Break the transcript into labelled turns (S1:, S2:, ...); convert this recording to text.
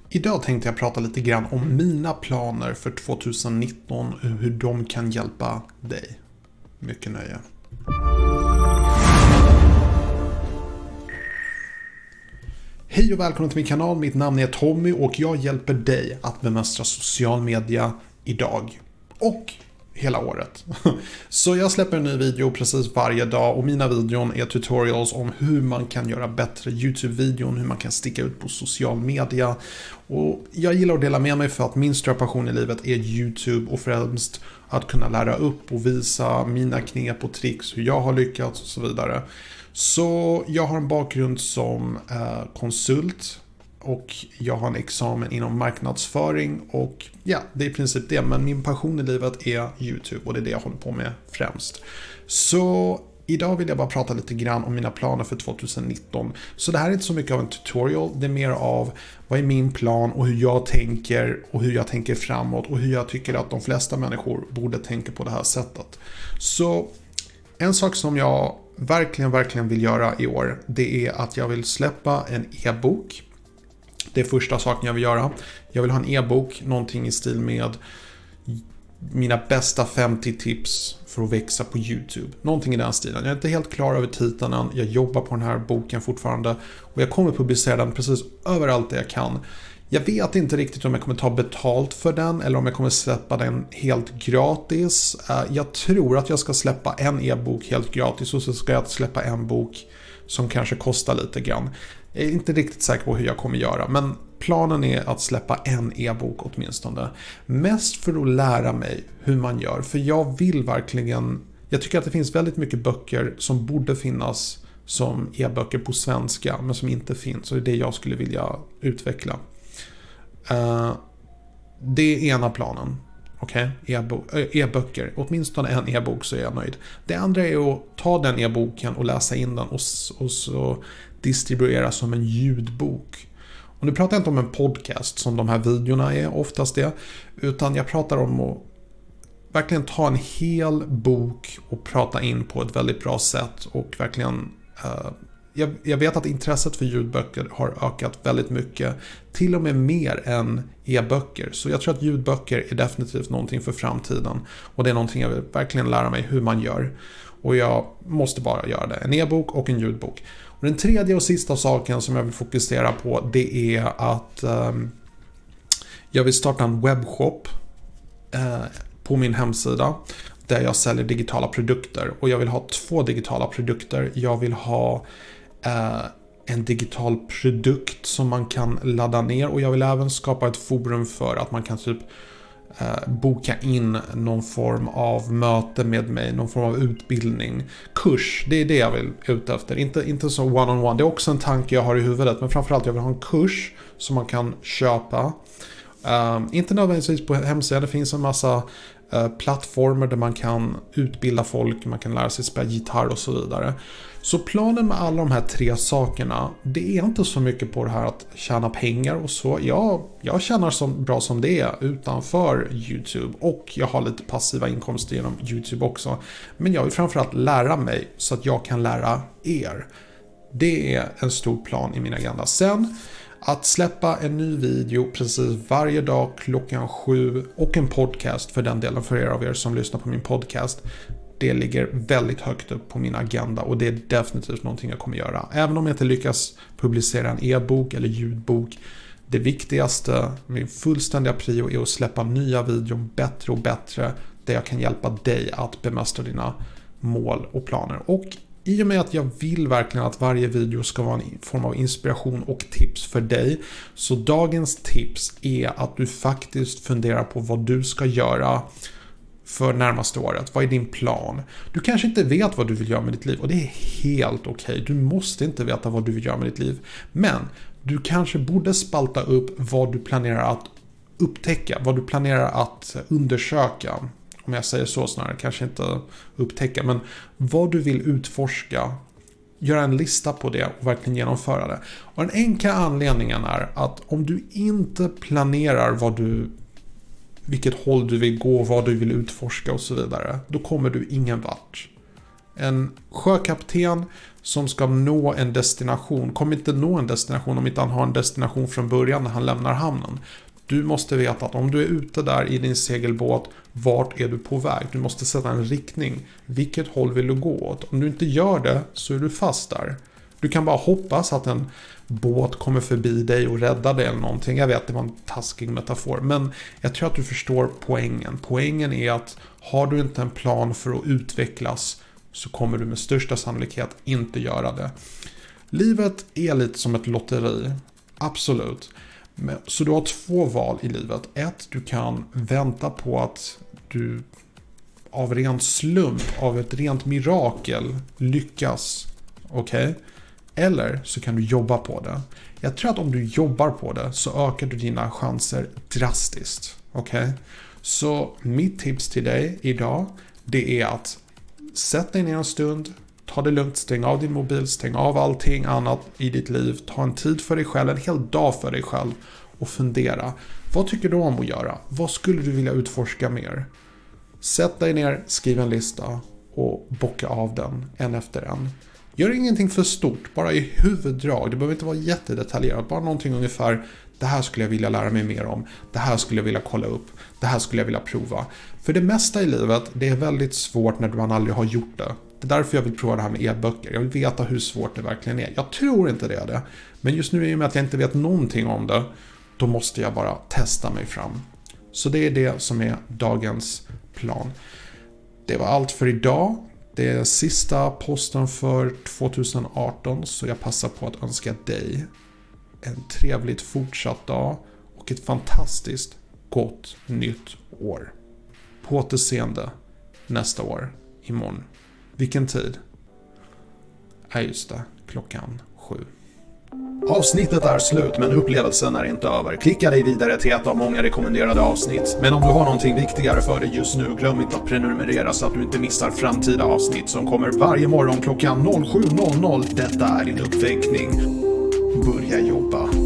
S1: Idag tänkte jag prata lite grann om mina planer för 2019 och hur de kan hjälpa dig. Mycket nöje. Hej och välkommen till min kanal, mitt namn är Tommy och jag hjälper dig att bemästra social media idag och hela året. Så jag släpper en ny video precis varje dag och mina videon är tutorials om hur man kan göra bättre YouTube-videon, hur man kan sticka ut på social media. Och jag gillar att dela med mig för att min stora passion i livet är YouTube och främst att kunna lära upp och visa mina knep och tricks, hur jag har lyckats och så vidare. Så jag har en bakgrund som konsult och jag har en examen inom marknadsföring och ja, det är i princip det. Men min passion i livet är YouTube och det är det jag håller på med främst. Så idag vill jag bara prata lite grann om mina planer för 2019. Så det här är inte så mycket av en tutorial, det är mer av vad är min plan och hur jag tänker framåt och hur jag tycker att de flesta människor borde tänka på det här sättet. Så en sak som jag verkligen vill göra i år, det är att jag vill släppa en e-bok. Det är första saken jag vill göra. Jag vill ha en e-bok, någonting i stil med mina bästa 50 tips för att växa på YouTube. Någonting i den stilen. Jag är inte helt klar över titeln än. Jag jobbar på den här boken fortfarande. Och jag kommer publicera den precis överallt där jag kan. Jag vet inte riktigt om jag kommer ta betalt för den eller om jag kommer släppa den helt gratis. Jag tror att jag ska släppa en e-bok helt gratis och så ska jag släppa en bok som kanske kostar lite grann. Jag är inte riktigt säker på hur jag kommer göra, men planen är att släppa en e-bok åtminstone. Mest för att lära mig hur man gör, för jag tycker att det finns väldigt mycket böcker som borde finnas som e-böcker på svenska, men som inte finns, och det är det jag skulle vilja utveckla. Det är ena planen. Okej, e-böcker. Åtminstone en e-bok så är jag nöjd. Det andra är att ta den e-boken och läsa in den och så distribuera som en ljudbok. Och nu pratar jag inte om en podcast som de här videorna är oftast det, utan jag pratar om att verkligen ta en hel bok och prata in på ett väldigt bra sätt och verkligen jag vet att intresset för ljudböcker har ökat väldigt mycket, till och med mer än e-böcker. Så jag tror att ljudböcker är definitivt någonting för framtiden. Och det är någonting jag vill verkligen lära mig hur man gör. Och jag måste bara göra det. En e-bok och en ljudbok. Och den tredje och sista saken som jag vill fokusera på, det är att jag vill starta en webbshop på min hemsida. Där jag säljer digitala produkter. Och jag vill ha 2 digitala produkter. Jag vill ha en digital produkt som man kan ladda ner. Och jag vill även skapa ett forum för att man kan typ boka in någon form av möte med mig. Någon form av utbildning. Kurs, det är det jag vill ut efter. Inte så one-on-one. Det är också en tanke jag har i huvudet. Men framförallt jag vill ha en kurs som man kan köpa. Inte nödvändigtvis på hemsidan. Det finns en massa plattformar där man kan utbilda folk, man kan lära sig spela gitarr och så vidare. Så planen med alla de här 3 sakerna, det är inte så mycket på det här att tjäna pengar och så. Jag tjänar så bra som det är utanför YouTube och jag har lite passiva inkomster genom YouTube också. Men jag vill framförallt lära mig så att jag kan lära er. Det är en stor plan i min agenda. Sen att släppa en ny video precis varje dag klockan 7 och en podcast för den delen för er av er som lyssnar på min podcast. Det ligger väldigt högt upp på min agenda och det är definitivt någonting jag kommer göra. Även om jag inte lyckas publicera en e-bok eller ljudbok. Det viktigaste, min fullständiga prio är att släppa nya videor bättre och bättre där jag kan hjälpa dig att bemästra dina mål och planer. Och i och med att jag vill verkligen att varje video ska vara en form av inspiration och tips för dig. Så dagens tips är att du faktiskt funderar på vad du ska göra för närmaste året. Vad är din plan? Du kanske inte vet vad du vill göra med ditt liv och det är helt okej. Du måste inte veta vad du vill göra med ditt liv. Men du kanske borde spalta upp vad du planerar att upptäcka, vad du planerar att undersöka. Om jag säger så snarare, kanske inte upptäcka, men vad du vill utforska, göra en lista på det och verkligen genomföra det. Och den enkla anledningen är att om du inte planerar vilket håll du vill gå, vad du vill utforska och så vidare, då kommer du ingen vart. En sjökapten som ska nå en destination kommer inte nå en destination om inte han har en destination från början när han lämnar hamnen. Du måste veta att om du är ute där i din segelbåt, vart är du på väg? Du måste sätta en riktning. Vilket håll vill du gå åt? Om du inte gör det så är du fast där. Du kan bara hoppas att en båt kommer förbi dig och räddar dig eller någonting. Jag vet, det var en taskig metafor. Men jag tror att du förstår poängen. Poängen är att har du inte en plan för att utvecklas så kommer du med största sannolikhet inte göra det. Livet är lite som ett lotteri. Absolut. Så du har 2 val i livet. 1, du kan vänta på att du av ren slump, av ett rent mirakel lyckas. Okej? Eller så kan du jobba på det. Jag tror att om du jobbar på det så ökar du dina chanser drastiskt. Okej? Så mitt tips till dig idag, det är att sätt dig ner en stund, ta det lugnt, stäng av din mobil, stäng av allting annat i ditt liv, ta en tid för dig själv, en hel dag för dig själv och fundera. Vad tycker du om att göra? Vad skulle du vilja utforska mer? Sätt dig ner, skriv en lista och bocka av den en efter en. Gör ingenting för stort, bara i huvuddrag. Det behöver inte vara jättedetaljerat, bara någonting ungefär. Det här skulle jag vilja lära mig mer om. Det här skulle jag vilja kolla upp. Det här skulle jag vilja prova. För det mesta i livet, det är väldigt svårt när man aldrig har gjort det. Det är därför jag vill prova det här med e-böcker. Jag vill veta hur svårt det verkligen är. Jag tror inte det är det. Men just nu i och med att jag inte vet någonting om det, då måste jag bara testa mig fram. Så det är det som är dagens plan. Det var allt för idag. Det är sista posten för 2018, så jag passar på att önska dig en trevligt fortsatt dag och ett fantastiskt gott nytt år. På återseende nästa år, imorgon. Vilken tid? Ja, just det, 7:00.
S2: Avsnittet är slut, men upplevelsen är inte över. Klicka dig vidare till ett av många rekommenderade avsnitt. Men om du har någonting viktigare för dig just nu, glöm inte att prenumerera så att du inte missar framtida avsnitt som kommer varje morgon 07:00. Detta är din uppväckning. Börja jobba.